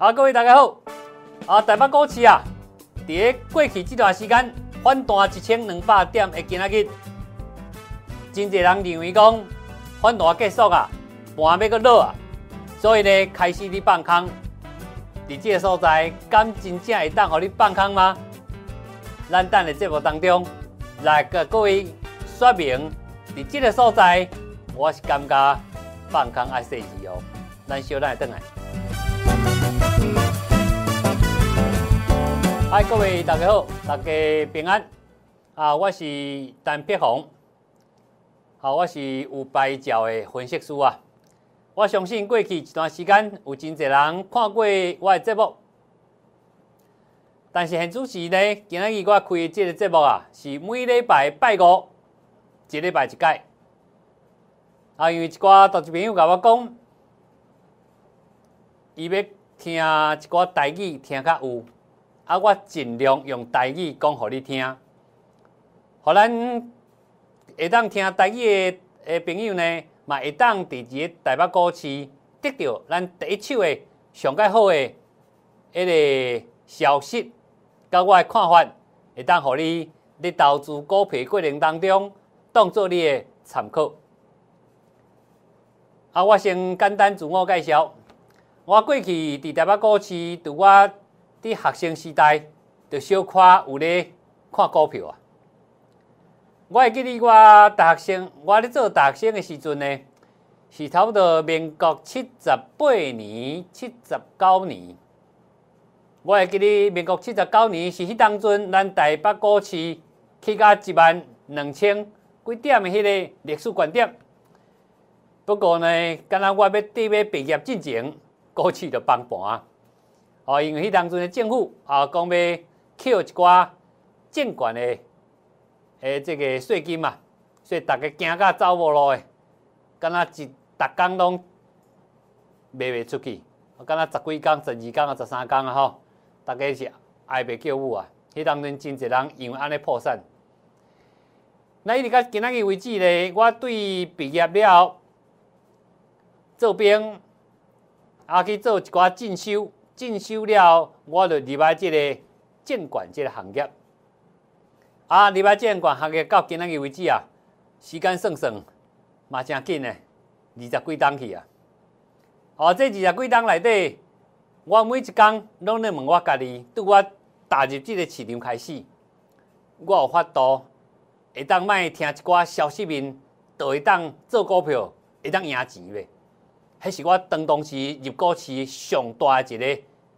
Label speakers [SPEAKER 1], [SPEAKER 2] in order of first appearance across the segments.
[SPEAKER 1] 各位大家好。台北股市啊，在过去这段时间反弹1200点的今仔日，真侪人认为讲反弹结束啊，盘要搁落啊，所以呢开始你放空。在这个所在，敢真正会当互你放空吗？咱等的节目当中来给各位说明，在这个所在，我是感觉放空爱细致哦。咱稍等下转来。嗨，各位大家好，大家平安我是陈碧宏，我是有牌照的分析师啊。我相信过去一段时间，有真侪人看过我的节目，但是现主时呢，今仔日我开的这个节目啊，是每礼拜拜五，一礼拜一改。因为一寡投资朋友甲我讲，伊要听一寡台语，听较有。我尽量用台语讲互你听，互咱会当听台语的朋友呢，嘛会当伫一个台北股市得到咱第一手的上介好的迄个消息，甲我的看法，会当互你咧投资股票过程当中当做你的参考。我先简单自我介绍，我过去伫台北股市，伫我伫学生时代，就小可有咧看股票啊。我会记得我大学生，我咧做大学生的时阵呢，是差不多民国78年、79年。我会记得民国79年是迄当阵，咱台北股市去到12000几点的迄个历史高点。不过呢，敢若我要毕业之前，股市就崩盘。因为迄当阵的政府讲要扣一寡证券的这个税金嘛，所以大家惊甲走无路的，敢若逐工拢卖袂出去，敢若10几天、12天啊、13天啊吼，大家是挨袂叫舞啊。迄当阵真侪人因为安尼破产。那一直到今仔日为止咧，我对毕业了后做兵去做一寡进修了，我就入来这个证券这个行业。入来证券行业到今仔日为止啊，时间算嘛真紧的，20几天去啊。这20几天内底，我每一天拢咧问我家己，对我踏入这个市场开始，我有法度会当卖听一寡消息面，就会当做股票，会当赢钱呗。迄是我当时入股市上大的一个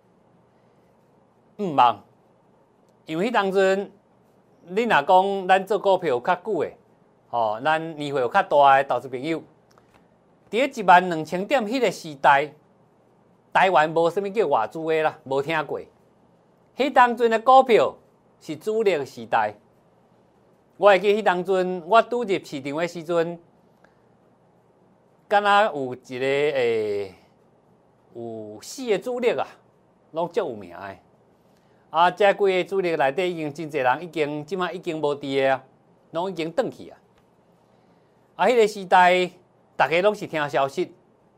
[SPEAKER 1] 梦，因为迄当阵，你若讲咱做股票较久的，咱年岁有较大的投资朋友，伫12000点迄个时代，台湾无啥物叫外资的啦，无听过。迄当阵的股票是主力的时代，我会记迄当阵我拄入市场的时阵。敢若有一个有4个主力啊，拢足有名的。这几个主力内底已经真侪人即摆已经无伫啊，拢已经转去啊。迄个时代，大家拢是听消息，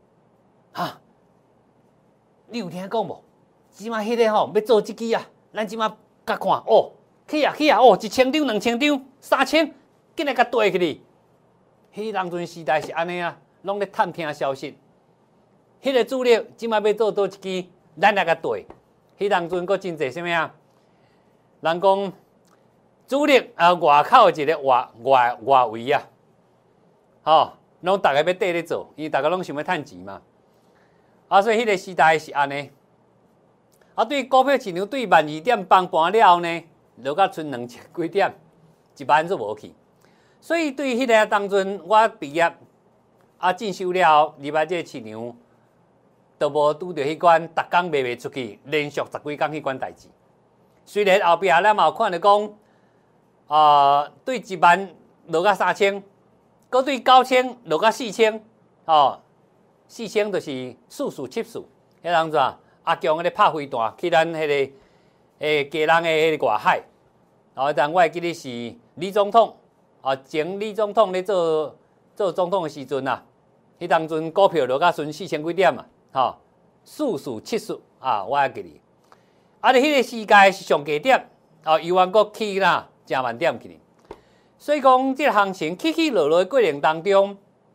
[SPEAKER 1] 你有听讲无？即摆迄个要做这支啊，咱即摆甲看去啊，1000张、2000张、3000，紧来甲堆起哩。迄当阵时代是安尼啊。拢咧探听消息，迄个主力即摆要做倒一支，咱来甲对。迄当阵佫真侪啥物啊？人讲主力外口一个外围啊，拢大家要缀咧做，因为大家拢想要趁钱嘛。所以迄个时代是安尼。对股票市场对12000点崩盘了后呢，落甲剩2000几点，10000都无去。所以对迄个当阵我毕业。进修了，入来这个市场，都无拄到迄款逐工卖袂出去，连续10几天迄款代志。虽然后壁咱嘛有看到讲，对10000落到3000，搁对9000落到4000，4000就是4数7数，迄当阵阿强咧拍飞弹去咱迄个家人的迄个外海，但我会记得是李总统，前李总统咧做总统的时阵啊。迄当阵股票落甲剩4000几点嘛， 4070啊，我还记哩。啊，你迄个时间是上低点，哦，又往过起啦，真慢点去哩。所以讲，这个行情起起落落的过程当中，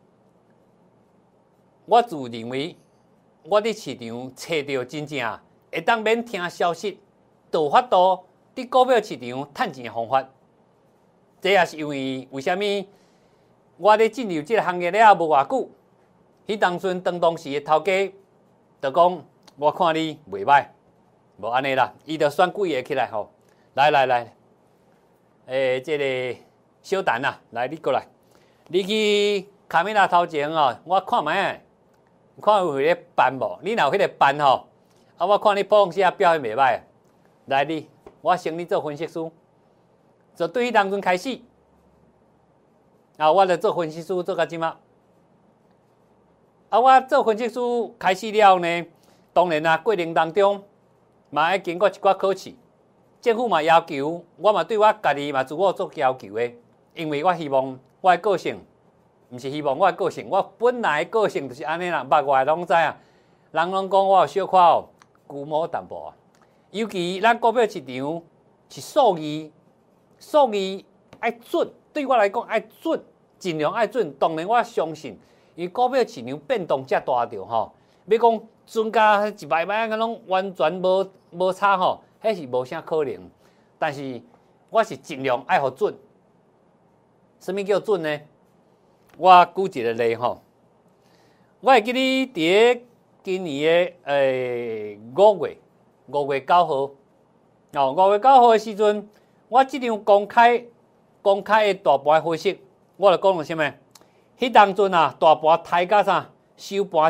[SPEAKER 1] 我自认为，我伫市场找到真正会当免听消息，有法度伫股票市场趁钱的方法。这也是因为什么？我咧进入这个行业了无偌久，迄当阵当时的头家就讲，我看你袂歹，无安尼啦，伊就选几个起来吼，来，这个。小陈啊，来你过来，你去卡米拉头前哦，我看卖，看有迄个班无？你若有迄个班吼，啊，我看你普通时表现袂歹，来你，我升你做分析师，就对迄当阵开始，啊，我就做分析师做到即马，啊，我做分析师开始了呢，当然啊，过程当中嘛要经过一寡考试，政府嘛要求，我嘛对我家己嘛自我做要求的。因为我希望我的个性，毋是希望我的个性，我本来的个性就是安尼啦。捌我拢知啊，人拢讲我有小可哦，龟毛淡薄啊。尤其咱股票市场是数字爱准，对我来讲爱准，尽量爱准。当然我相信，因为股票市场变动遮大着吼，要讲准甲一摆摆个拢完全无差吼，迄是无啥可能。但是我是尽量爱互准。什么叫准呢？我举一个例吼，我会记你伫今年的5月9号，哦5月9号的时阵，我即场公开的大盘分析，我就讲了什么？迄当阵啊，大盘抬到啥？收盘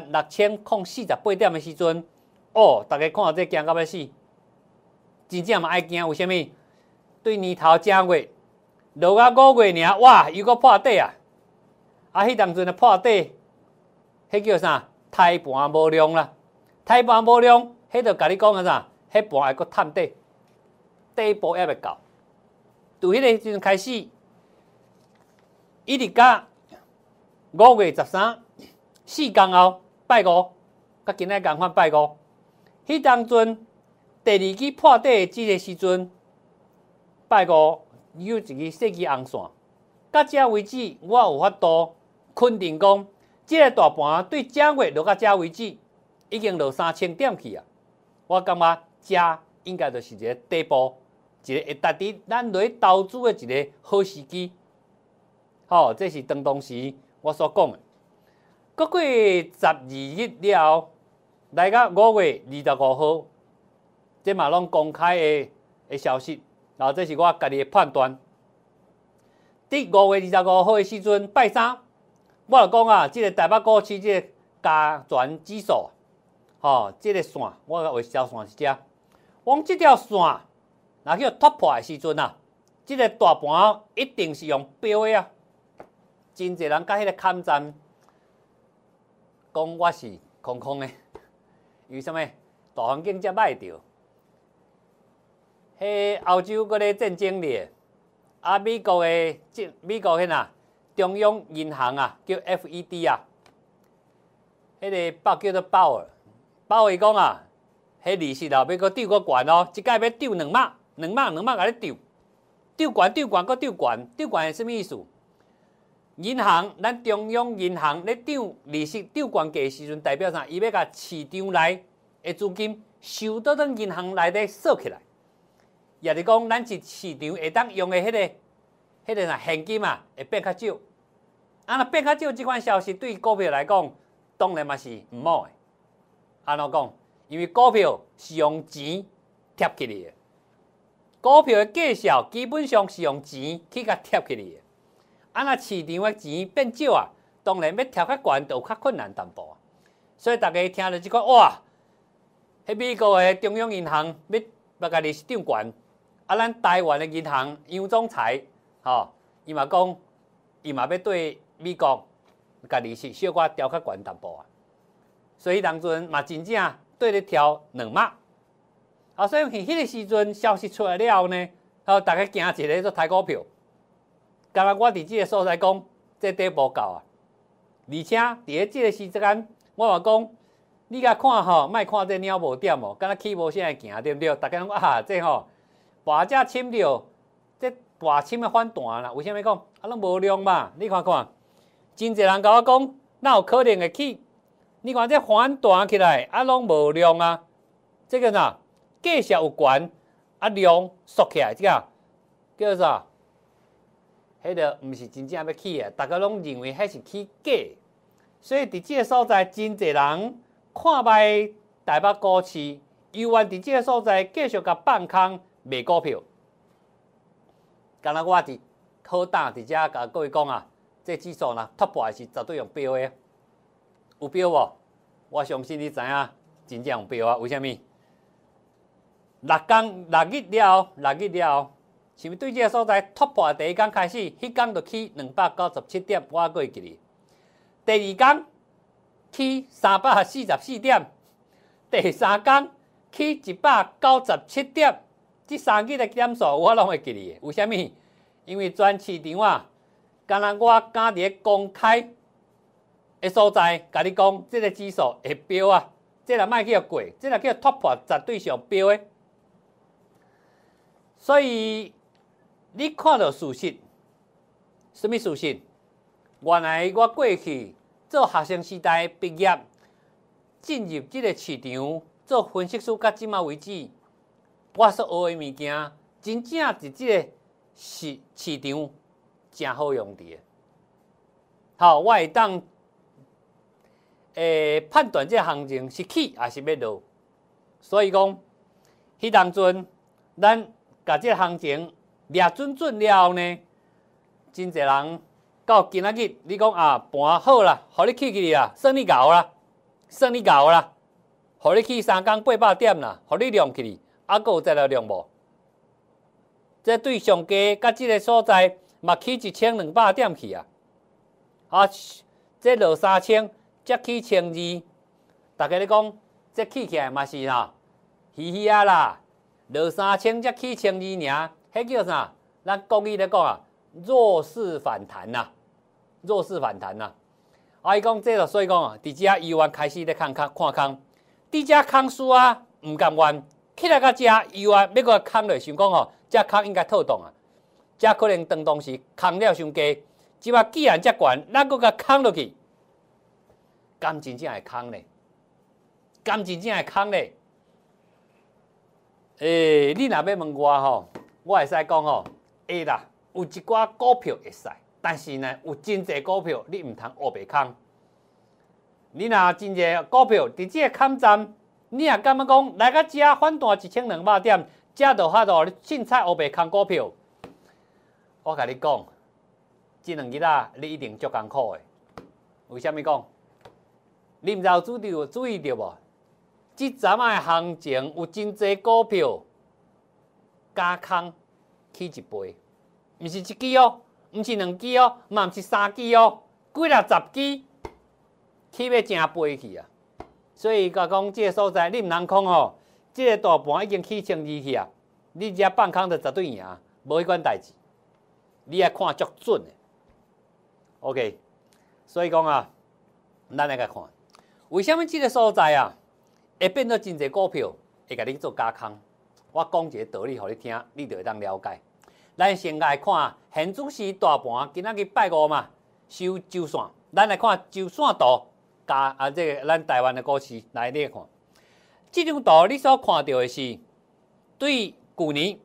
[SPEAKER 1] 16048点的时阵，哦，大家看到这惊到要死，真正嘛爱惊，为什么？对年头正月。落到5月尔，哇，又搁破底啊！啊，迄当阵的破底，迄叫啥？台盘无量啦，台盘无量，迄就甲你讲个啥？迄盘会搁探底，底部还未到。从迄个时阵开始，一直到5月13，4天后拜5，甲今仔共款拜5。迄当阵第二支破底的即个时阵，拜5。有一个世纪红线，到这为止，我有法度肯定讲，这个大盘对正月落到这为止，已经落3000点去啊！我感觉这应该就是一个底部，一个会达到咱落去投资的一个好时机。好，这是当时我所讲的。过12日了后，来到5月25号，这嘛拢公开的消息。然后这是我家己的判断。伫5月25号的时阵，拜3，我就讲啊，这个台北股市这个加权指数，吼，这个线，我画一条线是这。往这条线，若去突破的时阵啊，这个大盘一定是用标的啊。真侪人甲迄个砍站，讲我是空空的，因为什么？大环境遮歹着。迄欧洲嗰个战争咧，啊美国迄呐中央银行啊，叫 FED 啊，迄个叫做鲍尔讲啊，迄利息啊要搁丢搁悬哦，一届要丢2码，甲你丢搁丢悬是啥物意思？银行咱中央银行咧丢利息丢悬价时阵，代表啥？伊要甲市场内的资金收到咱银行内底锁起来。也是讲，咱是市场会当用的迄个啥现金啊，会变较少。啊，若变较少，即款消息对股票来讲，当然嘛是毋好的。安怎讲？因为股票是用钱贴起来的，股票的价值基本上是用钱去甲贴起来的。啊，若市场的钱变少啊，当然要贴较悬就较困难淡薄啊。所以大家听到即个哇，迄美国的中央银行要甲利息涨悬。啊，咱台湾的银行杨总裁，伊嘛讲，伊嘛要对美国甲利息小可调较悬淡薄啊，所以当阵嘛真正对咧调2码，啊，所以迄个时阵消息出来了后呢，大家惊一个做台股票，刚刚我伫即个所在讲，这底部到啊，而且伫咧即个时间，我嘛讲， 你甲看吼，莫看这鸟无点哦，敢若起无啥会行，对不对？大家拢啊，这吼大只深着，这大深的反弹啦。为什么讲？啊，拢无量嘛。你看看，真侪人甲我讲，哪有可能会起？你看这反弹起来，啊，拢无量啊。这个啥？价值有悬，啊量缩起来，这个叫做啥？迄个毋是真正要起啊，大家拢认为迄是起价，所以伫这个所在，真侪人看歹台北股市，犹原伫这个所在继续甲放空卖股票。敢若我伫好胆伫遮甲各位讲啊，这指数呢突破是绝对用标的，有标无？我相信你知影，真正有标啊。为虾米？6日了后，是毋对这个所在突破第一天开始，迄天就起297点，我过会记哩。第二天起344点，第三天起197点，这3日的点数我拢会记哩。为虾米？因为全市场啊，敢若我敢伫公开的所在，甲你讲，这个指数会飙啊，这若莫叫过，这若叫突破，绝对上飙的。所以你看到事实，什么事实？原来我过去做学生时代毕业，进入这个市场做分析师，到即马为止，我所学的物件，真正伫这个市场真好用的。好，我会当判断这个行情是起还是要落。所以讲，迄当阵咱甲这个行情抓准了后呢，真侪人到今仔日，你讲啊盘好啦，互你起去啦，算你厚啦，互你起3天800点啦，互你量起哩，还佫有再来量无？这对上加甲这个所在嘛起1200点去啊！啊，这落3000，才起1200，大家咧讲这起起来嘛是哈，嘻嘻啊啦，落3000才起1200尔，迄叫啥？咱国语咧讲啊，弱势反弹呐，弱势反弹呐。啊，伊讲这个，所以讲啊，伫遮伊原开始咧看空，伫遮空输啊，毋甘愿起来到遮，伊原要个空落，想讲吼，遮空应该套动啊，遮可能当当时空了伤低，即摆既然遮悬，咱佫甲空落去，敢真正会空咧？你若要问我吼，我会使讲吼，会啦，有一寡股票会使，但是呢，有真侪股票你毋通黑白空。你若真侪股票伫这个空站，你若感觉讲来到遮反弹1200点，遮就法度你凊彩黑白空股票，我甲你讲，这2日啊，你一定足艰苦的。为虾米讲？你毋知有注意到无？即阵仔行情有真侪股票加空起一倍，毋是一支哦，毋是2支哦，嘛毋是3支哦，几啦10支起要成倍去啊！所以甲讲即个所在，你毋通讲吼，即个大盘已经起1200去啊，你遮放空就绝对赢，无迄款代志。你爱看足准的 ，OK。所以讲啊，咱来甲看，为什么即个所在啊？会变做真侪股票，会甲你做加空。我讲一个道理，互你听，你就会当了解。咱先来看现主时大盘，今仔日拜五嘛，收周线。咱来看周线图，加这个咱台湾的股市来你看。这张图你所看到的是对去年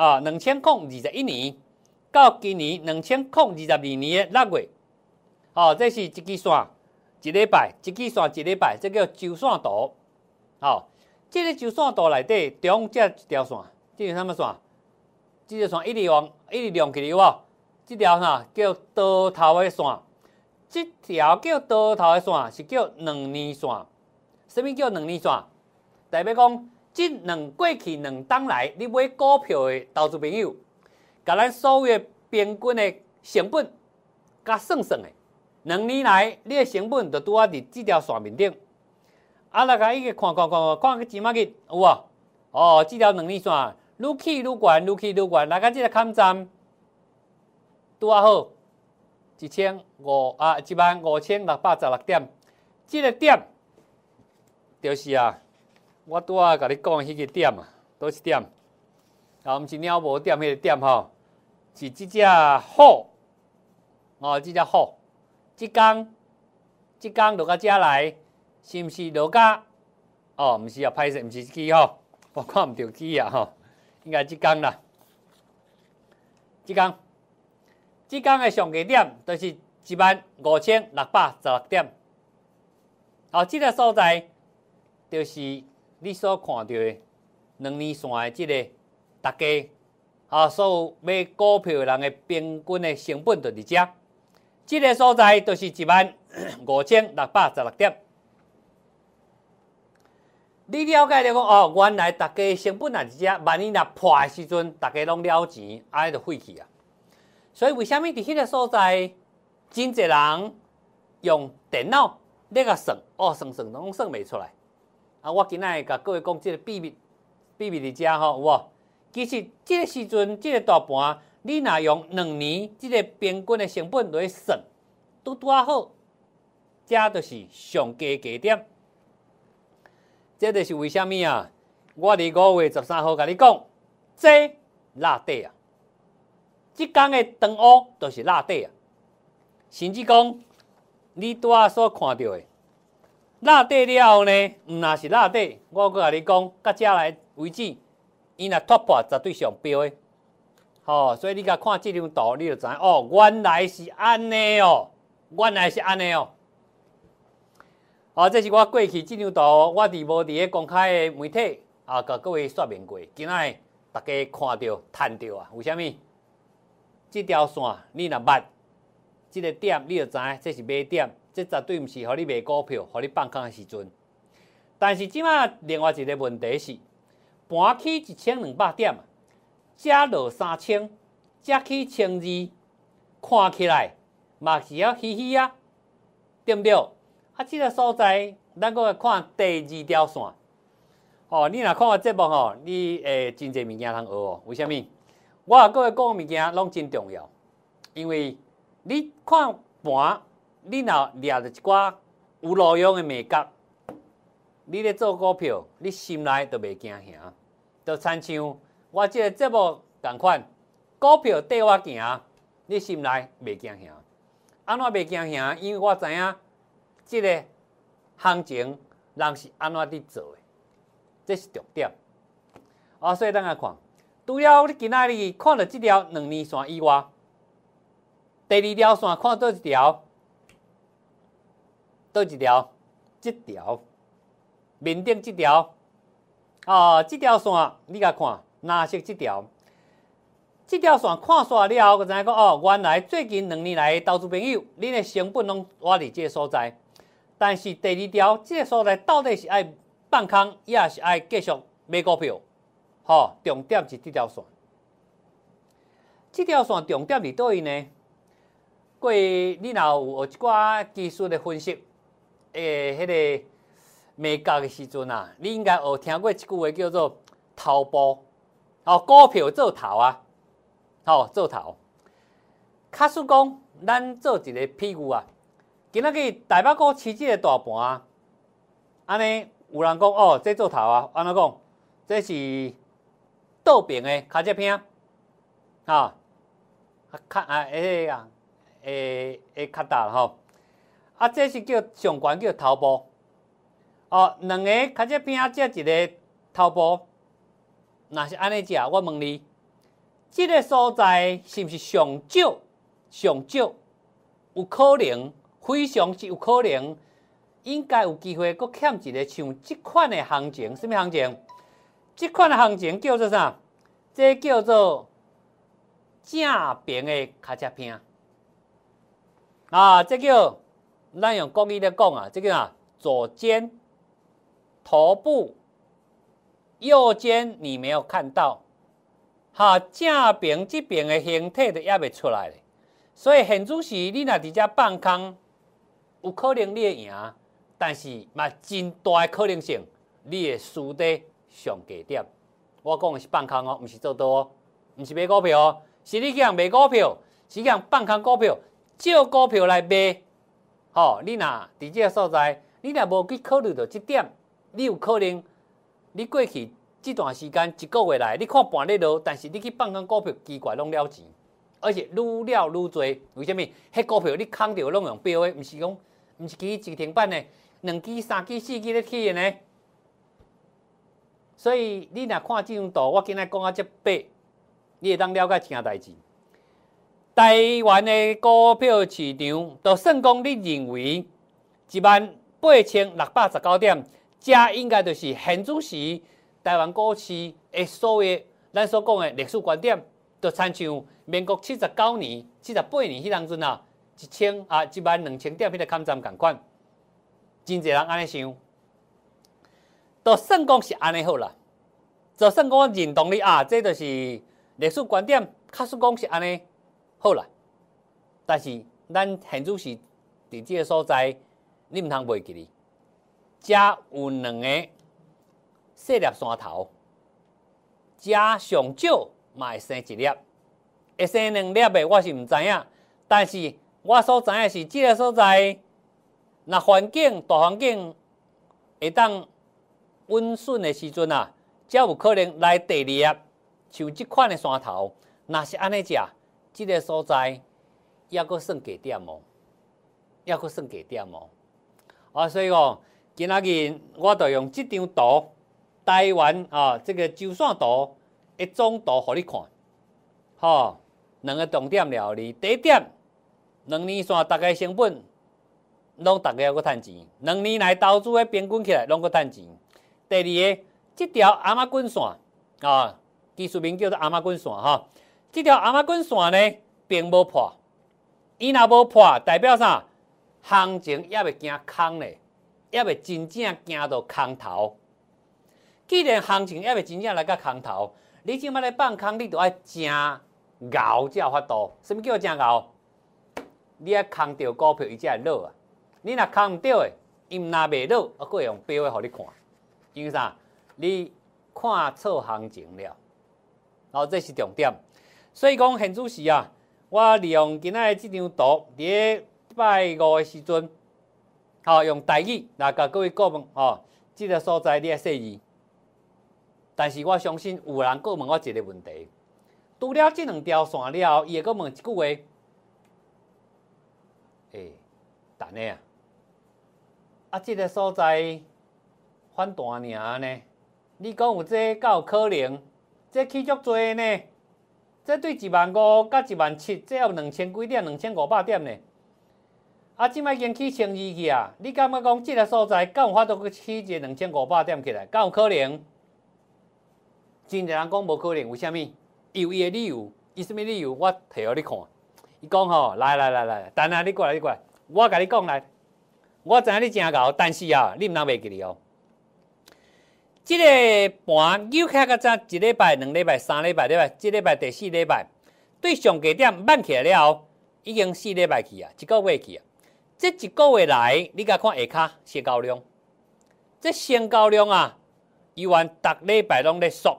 [SPEAKER 1] 2021年到今年2022年的6月，这是一支线，一礼拜，一支线一礼拜，这叫周线图。这个周线图内底中这一条线，这是什么线？这条线一直亮起来有无？这条啥叫多头的线？这条叫多头的线是叫2年线。什么叫2年线？代表讲，过去2档来你买股票的投资朋友，甲咱所有平均的成本甲算的，2年来你的成本就拄啊伫这条线面顶。来甲伊个看去即马日有无？这条2年线愈起愈悬，来到这个坎站，拄啊好15616点，这个点就是啊，我拄仔甲你讲迄个点啊，倒一点，啊，毋是鸟无点迄个点吼，是即只虎，哦，即只虎，即工落到遮来，是毋是落到？哦，毋是啊，歹势，毋是机吼，我看毋着机啊吼，应该即工啦，即工的上低点就是15616点，哦，即个所在就是你所看到的2年线的即个大家，啊，所有买股票的人的平均的成本就伫遮，即个所在就是15616点。你了解了讲哦，原来大家成本也伫遮，万一若破的时阵，大家拢了钱，安尼就废去啊。所以为虾米伫迄个所在，真侪人用电脑咧甲算，哦，算拢算袂出来。啊，我今仔甲各位讲，即个秘密伫遮吼，有无？其实即个时阵，即个大盘，你若用2年即个平均的成本来算，拄啊好，遮就是上低价点。这就是为虾米啊？我伫5月13号甲你讲，这拉底啊！即天的长乌就是拉底啊！甚至讲，你拄仔所看到的拉底了后呢，毋若是拉底，我阁甲你讲，到遮来为止，伊若突破绝对上标的。吼，所以你甲看即张图，你就知哦，原来是安尼哦，原来是安尼哦。哦，这是我过去这张图，我伫无伫咧公开的媒体啊，甲各位说明过。今仔大家看到、趁到啊，为虾米？这条线你若捌，这个点你就知影这是买点，这绝对毋是互你卖股票、互你放空的时阵。但是即马另外一个问题是，盘起1200点，遮落3000，遮起1200，看起来嘛是要稀稀啊，对毋对？啊，即个所在，咱搁来看第2条线。哦，你若看我节目吼，你真侪物件通学哦。为虾米？我甲各位讲物件拢真重要，因为你看盘，你若掠着一寡有路用的美角，你咧做股票，你心内就袂惊吓，就亲像我即个节目同款，股票缀我行，你心内袂惊吓。安怎袂惊吓？因为我知影。这个行情，人是安怎伫做的，这是重点。啊，所以咱来看，除了你今仔日看到这条2年线以外，第2条线看倒一条，倒一条，这条，面顶这条，啊，这条线你甲看，蓝色这条，这条线看煞了后，就知影讲哦，原来最近2年来投资朋友，恁的成本拢活伫这个所在。但是第2条，这个所在到底是爱放空，也是爱继续买股票？吼，重点是这条线。这条线重点伫倒位呢？过你若有一寡技术的分析，迄个美角的时阵啊，你应该有听过一句话叫做“头部”，哦，股票做头啊，哦，做头。假使讲，咱做一个譬如啊。今仔日台北股市这个大盘，安尼有人讲哦，这做头啊，安怎讲？这是倒平的卡接片，啊，卡卡大吼，啊，这是叫上悬叫头部，哦，2个卡接片接一个头部，若是安尼食，我问你，这个所在是毋是上少？上少有可能？非常是有可能，应该有机会，搁欠一个像这款的行情，什么行情？这款的行情叫做啥？这叫做正平的卡车片啊！这叫咱用国语来讲啊，这个啊，左肩、头部、右肩你没有看到，哈，正平这边的形体都也未出来咧。所以现主时你若伫遮放空。有可能你会赢，但是嘛真大的可能性，你会输在上低点。我讲的是放空哦，毋是做多哦，毋是买股票哦，是你去人买股票，是去人放空股票，借股票来买。吼，你若伫这个所在，你若无去考虑到这点， 你有可能，你过去这段时间一个月来，你看半日落，但是你去放空股票，奇怪拢了钱，而且愈了愈多。为什么？迄股票你空着拢用标的，毋是讲，毋是起一停板的，2支、3支、4支咧起的呢？所以你若看这张图，我今仔讲啊这白，你会当了解一件代志。台湾的股票市场，就算讲你认为18619点，这应该就是现主时台湾股市的所谓咱所讲的历史观点，就参像民国79年、78年迄当阵啊，12000点迄个抗战同款，真侪人安尼想，就算讲是安尼好啦，就算讲我认同你啊，这就是历史观点，确实讲是安尼好啦，但是咱现主时伫这个所在，你毋通袂记哩，遮有2个细粒山头，遮上少嘛会生一粒，会生2粒的我是毋知影，但是我所知影是这个所在，若环境大环境会当温顺的时阵啊，才有可能来第2粒，像这款的山头，若是安尼食，这个所在还阁算低点哦，还阁算低点哦。啊，所以讲，今仔日我就用这张图，台湾啊这个周线图的总图互你看，吼，2个重点了哩。第一点，2年线大概成本拢大概还阁趁钱，2年来投资的平均起来拢阁趁钱。第二个，这条阿妈滚线啊，技术名叫做阿妈滚线哈，这条阿妈滚线呢并无破，伊若无破，代表啥？行情也袂惊空咧，也袂真正惊到空头。既然行情也袂真正来到空头，你即摆咧放空，你就爱真熬才有法度。什么叫真熬？你爱空到股票，伊才会落啊。你若空唔到的，伊若袂落，我会用标的互你看。因为啥？你看错行情了，然后这是重点。所以讲现主时啊，我利用今仔这张图，伫拜5的时阵，用台语来甲各位讲问，这个所在你爱细字。但是我相信有人搁问我一个问题，除了这2条线了后，伊会搁问一句话，等下这个所在反弹尔呢？你讲有这敢有可能？这起足多呢？这对15000到17000，这有2000几点、2500点呢？即摆已经起1200去啊！你感觉讲这个所在，敢有法度去起一个2500点起来？敢有可能？真侪人讲无可能，为虾米？有伊的理由，伊什么理由？我摕互你看。伊讲吼，来，等下你过来，我甲你讲来。我知影你真厚，但是啊，你毋通袂记哩哦。这个盘扭起到早1礼拜、2礼拜、3礼拜，这礼拜第4礼拜，对上低点慢起来了后，已经4礼拜去啊，1个月去啊。这1个月来，你甲看下骹成交量，这成交量啊，依然逐礼拜拢咧缩，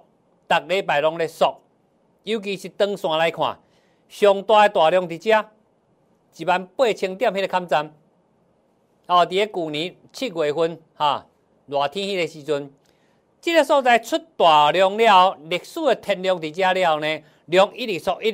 [SPEAKER 1] 尤其是长线来看，上大的大量伫遮18000点迄个抗战，伫咧去年7月份热天迄个时阵，这个所在出大量了后，历史的天量伫遮了后呢，量一直缩，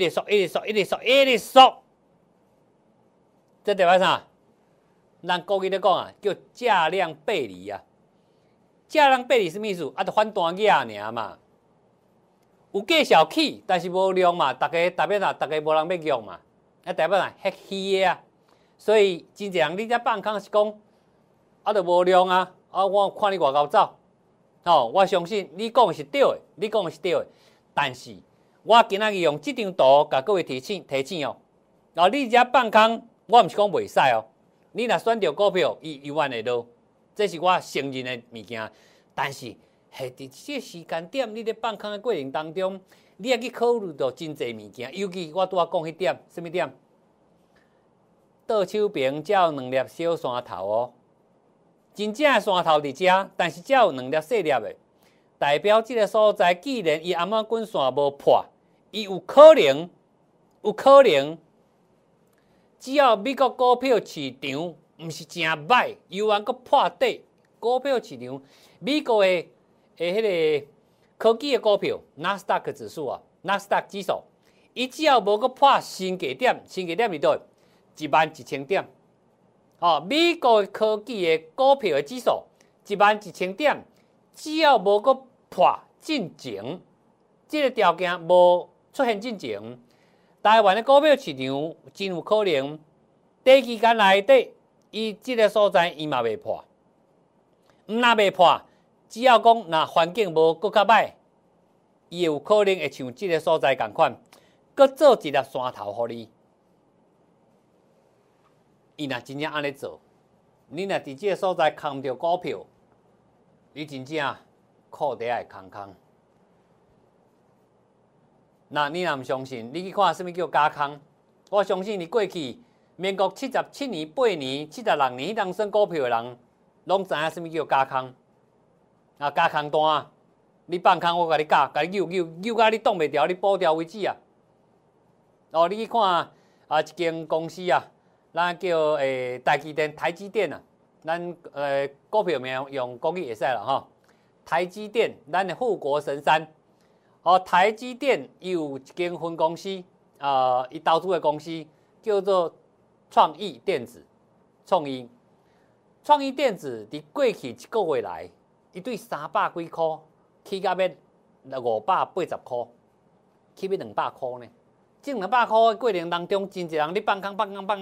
[SPEAKER 1] 这代表啥？咱国语咧讲啊，叫价量背离啊。价量背离什么意思？就反弹价尔嘛。有价小起，但是无量嘛，大家无人要用嘛，代表啥？迄虚的啊。所以真侪人你遮放空是讲，就无量啊。我看你外口走，我相信你讲的是对的，但是我今仔日用这张图甲各位提醒哦。然后你遮放空，我毋是讲袂使哦。你若选择股票，伊永远会落，这是我承认的物件。但是，伫这时间点，你咧放空的过程当中，你要去考虑到真侪物件，尤其我拄仔讲迄点，什么点？倒手边才有2粒小山头哦，真正的山头伫遮，但是才有2粒细粒的，代表这个所在，既然伊阿妈滚线无破，伊有可能。只要美国股票市场毋是真歹，又能够破底，股票市场美国的迄个科技的股票，纳斯达克指数啊，纳斯达克指数，伊只要无个破新低点，新低点伫倒？11000点。哦，美国科技的股票的指数11000点，只要无个破进前，这个条件无出现进前，台湾的股票市场真有可能短期间内底，伊这个所在伊嘛袂破。毋若袂破，只要讲若环境无搁较歹，伊有可能会像这个所在共款，搁做一粒山头互你。伊若真正安尼做，你若伫这个所在空着股票，你真正裤底会空空。那你若毋相信，你去看什么叫加空？我相信你过去民国77年、8年、76年迄当算股票的人，拢知影什么叫加空。啊，加空单，你放空我甲你加，甲你扭到你挡袂牢，你保掉为止啊。哦，你去看一间公司啊。咱叫台积电啊，咱股票名用国语会使啦吼。台积电，咱的护国神山。哦，台积电有一间分公司伊投资的公司叫做创意电子。创意电子伫过去一个月来，伊对300几块起到要580块，起要200块呢。这200块的过程当中，真侪人咧放空，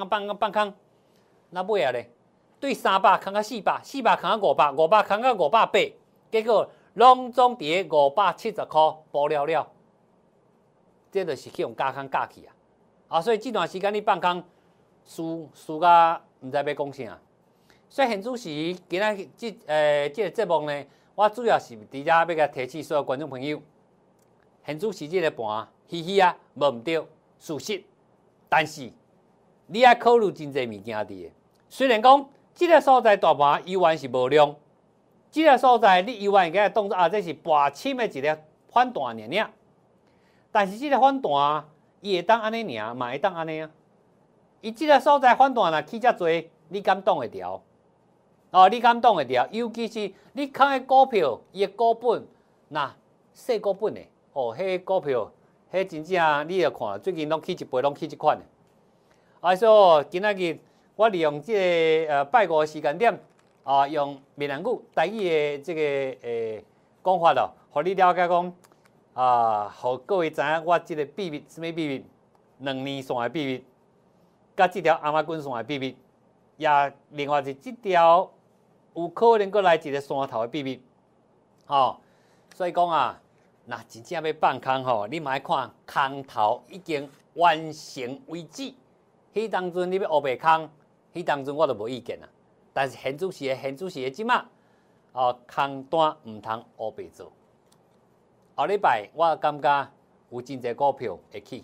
[SPEAKER 1] 那尾啊咧，对300空到400，400空到500，500空到580，结果拢总伫咧570块保了，这就是去用加空加去啊！所以这段时间你放空，输甲毋知要讲啥。所以现主席今仔这个节目呢，我主要是伫遮要甲提醒所有观众朋友，现主席这个盘。啊，无毋对，事实。但是你要考虑真侪物件伫的。虽然讲这个所在大盘依然是无量，这个所在你依然会甲当作这是跋深的一个反弹尔。但是这个反弹伊会当安尼尔，嘛会当安尼啊。伊这个所在反弹若起遮多，你敢挡会牢？哦，你敢挡会牢？尤其是你看的股票，伊的股本那细股本的，哦，迄个股票。迄真正你要看，最近拢起一倍，拢起一款的。所以今仔日我利用这个拜五的时间点，用闽南语、台语的这个讲法咯，互你了解讲，互各位知影我这个秘密，什么秘密？2年线的秘密，甲这条亚马逊线的秘密，也另外是这条有可能过来一个山头的秘密。所以讲啊。那真正要放空吼，你嘛要看空头已经完成为止。迄当阵你要乌白空，迄当阵我就无意见啦。但是现主席的即马，空单唔通乌白做。后礼拜我感觉有真侪股票会起。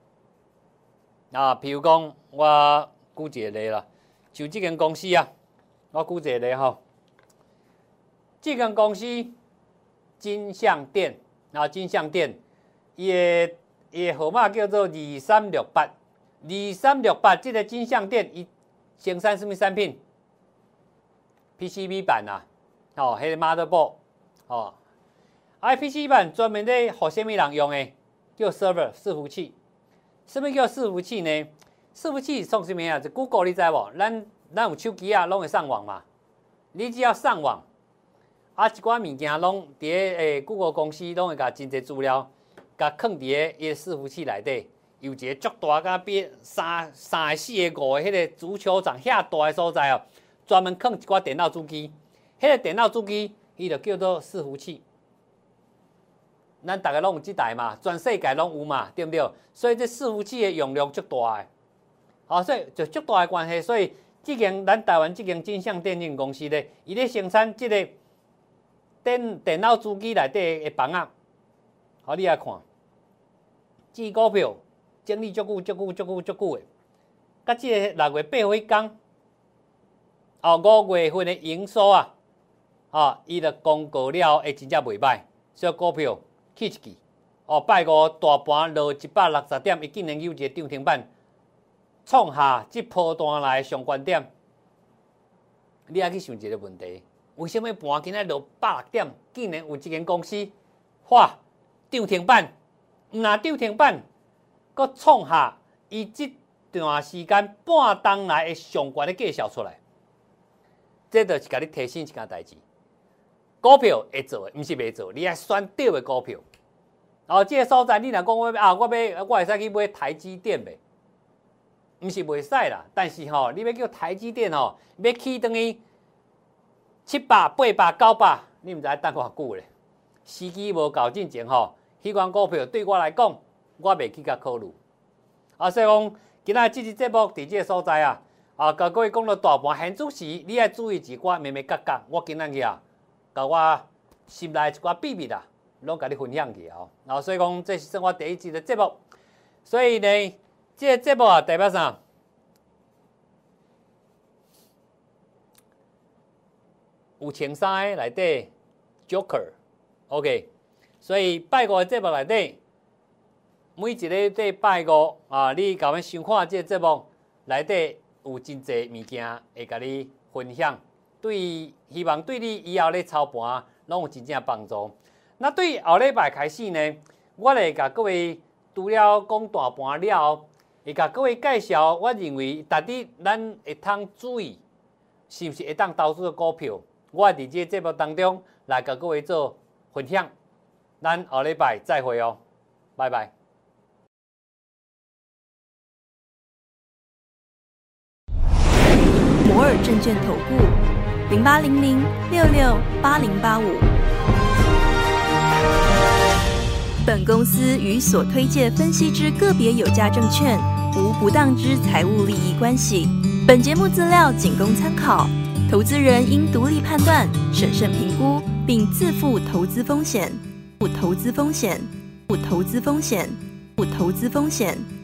[SPEAKER 1] 譬如讲我举一个例啦，就这间公司啊，我举一个例吼，这间公司金像店。金像店，伊的号码叫做2368，2368这个金像店伊生产什么产品 ？PCB 板啊，迄个 motherboard，PCB 板专门咧，互什么人用的？叫 server 伺服器。什么叫伺服器呢？伺服器创什么啊？就 Google 你知无？咱有手机啊，拢会上网嘛。你只要上网。一寡物件拢伫咧Google 公司拢会甲真侪资料，甲放伫咧伊个伺服器内底，有一个足大甲比3个、4个、5个迄个足球场遐大个所在哦，专门放一寡电脑主机。迄个电脑主机伊就叫做伺服器。咱大家拢有即台嘛，全世界拢有嘛，对不对？所以这伺服器的用量足大个，所以就足大的关系，所以咱台湾这间金像电竞公司咧，伊咧生产即个。电脑主机内底的房啊，你来看，这股票整理足久的，甲这个6月8号迄天，5月份的营收啊，伊就公告了，真正袂歹，所以股票起一记，拜五大盘落160点，伊竟然有一个涨停板，创下这波段来上关点。你爱去想一个问题。 为什么盘今仔落106点，竟然有一间公司涨停板？毋但涨停板，阁创下伊即段时间半冬来的上悬的绩效出来。这就是甲你提醒一件代志：股票会做的，毋是袂做，你爱选对的股票。这个所在，你若讲我会使去买台积电袂？毋是袂使啦，但是你要叫台积电要起等于700、800、900，你毋知等偌久咧？时机无到之前迄款股票对我来讲，我袂去甲考虑。所以讲，今仔这集节目伫这个所在甲各位讲到大盘现主时，你爱注意一寡咩角角。我今仔日甲我心内一寡秘密拢甲你分享去所以讲，这是我第一集的节目。所以呢，这个节目代表啥？有穿衫的内底 Joker，OK， 所以拜五的节目内底，每一个在拜五你甲阮收看这个节目内底有真侪物件会甲你分享，希望对你以后咧操盘拢有真正帮助。那对后礼拜开始呢，我会甲各位除了讲大盘了后，会甲各位介绍我认为值得咱会通注意，是不是会当投资的股票。我伫这节目当中来甲各位做分享，咱后礼拜再会哦，拜拜。
[SPEAKER 2] 摩尔证券投顾0800668085。本公司与所推介分析之个别有价证券无不当之财务利益关系。本节目资料仅供参考。投资人应独立判断、审慎评估，并自负投资风险。不投资风险。